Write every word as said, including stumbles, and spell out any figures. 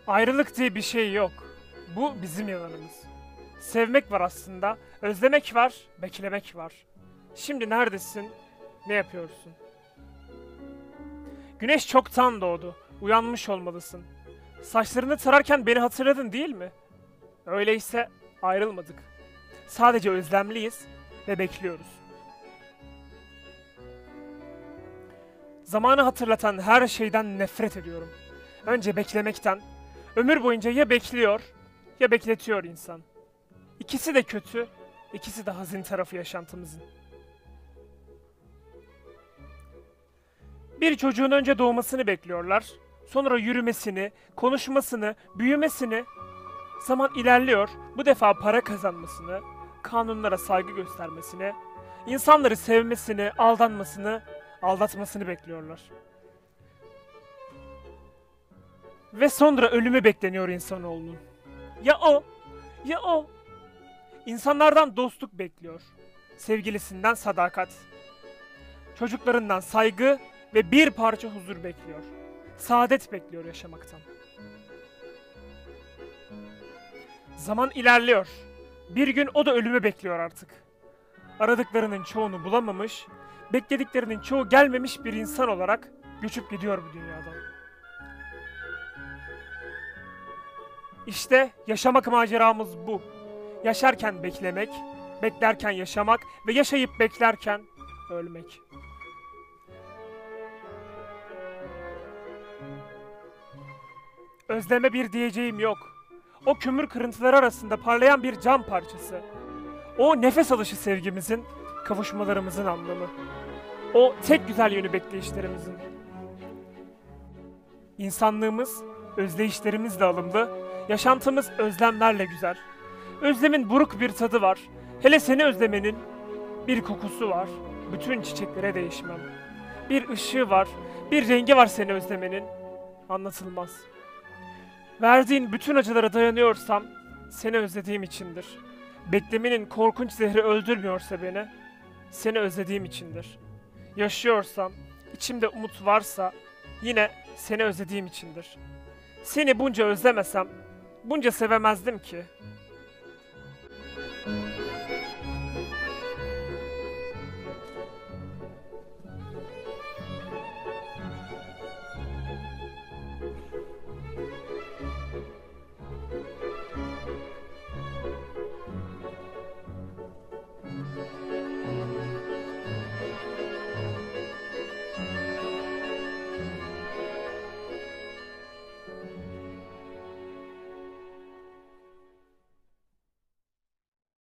Ayrılık diye bir şey yok. Bu bizim yalanımız. Sevmek var aslında, özlemek var, beklemek var. Şimdi neredesin? Ne yapıyorsun? Güneş çoktan doğdu. Uyanmış olmalısın. Saçlarını tararken beni hatırladın değil mi? Öyleyse ayrılmadık. Sadece özlemliyiz ve bekliyoruz. Zamanı hatırlatan her şeyden nefret ediyorum. Önce beklemekten, ömür boyunca ya bekliyor ya bekletiyor insan. İkisi de kötü, ikisi de hazin tarafı yaşantımızın. Bir çocuğun önce doğmasını bekliyorlar, sonra yürümesini, konuşmasını, büyümesini. Zaman ilerliyor, bu defa para kazanmasını, kanunlara saygı göstermesini, insanları sevmesini, aldanmasını, aldatmasını bekliyorlar. Ve sonra ölümü bekleniyor insanoğlunun. Ya o, ya o. İnsanlardan dostluk bekliyor. Sevgilisinden sadakat. Çocuklarından saygı ve bir parça huzur bekliyor. Saadet bekliyor yaşamaktan. Zaman ilerliyor. Bir gün o da ölümü bekliyor artık. Aradıklarının çoğunu bulamamış, beklediklerinin çoğu gelmemiş bir insan olarak göçüp gidiyor bu dünyadan. İşte yaşamak maceramız bu. Yaşarken beklemek, beklerken yaşamak ve yaşayıp beklerken ölmek. Özleme bir diyeceğim yok. O kömür kırıntıları arasında parlayan bir cam parçası. O nefes alışı sevgimizin, kavuşmalarımızın anlamı. O tek güzel yönü bekleyişlerimizin. İnsanlığımız, özdeyişlerimizle alımlı, yaşantımız özlemlerle güzel. Özlemin buruk bir tadı var. Hele seni özlemenin bir kokusu var. Bütün çiçeklere değişmem. Bir ışığı var, bir rengi var seni özlemenin. Anlatılmaz. Verdiğin bütün acılara dayanıyorsam seni özlediğim içindir. Beklemenin korkunç zehri öldürmüyorsa beni, seni özlediğim içindir. Yaşıyorsam, içimde umut varsa yine seni özlediğim içindir. Seni bunca özlemesem, bunca sevemezdim ki.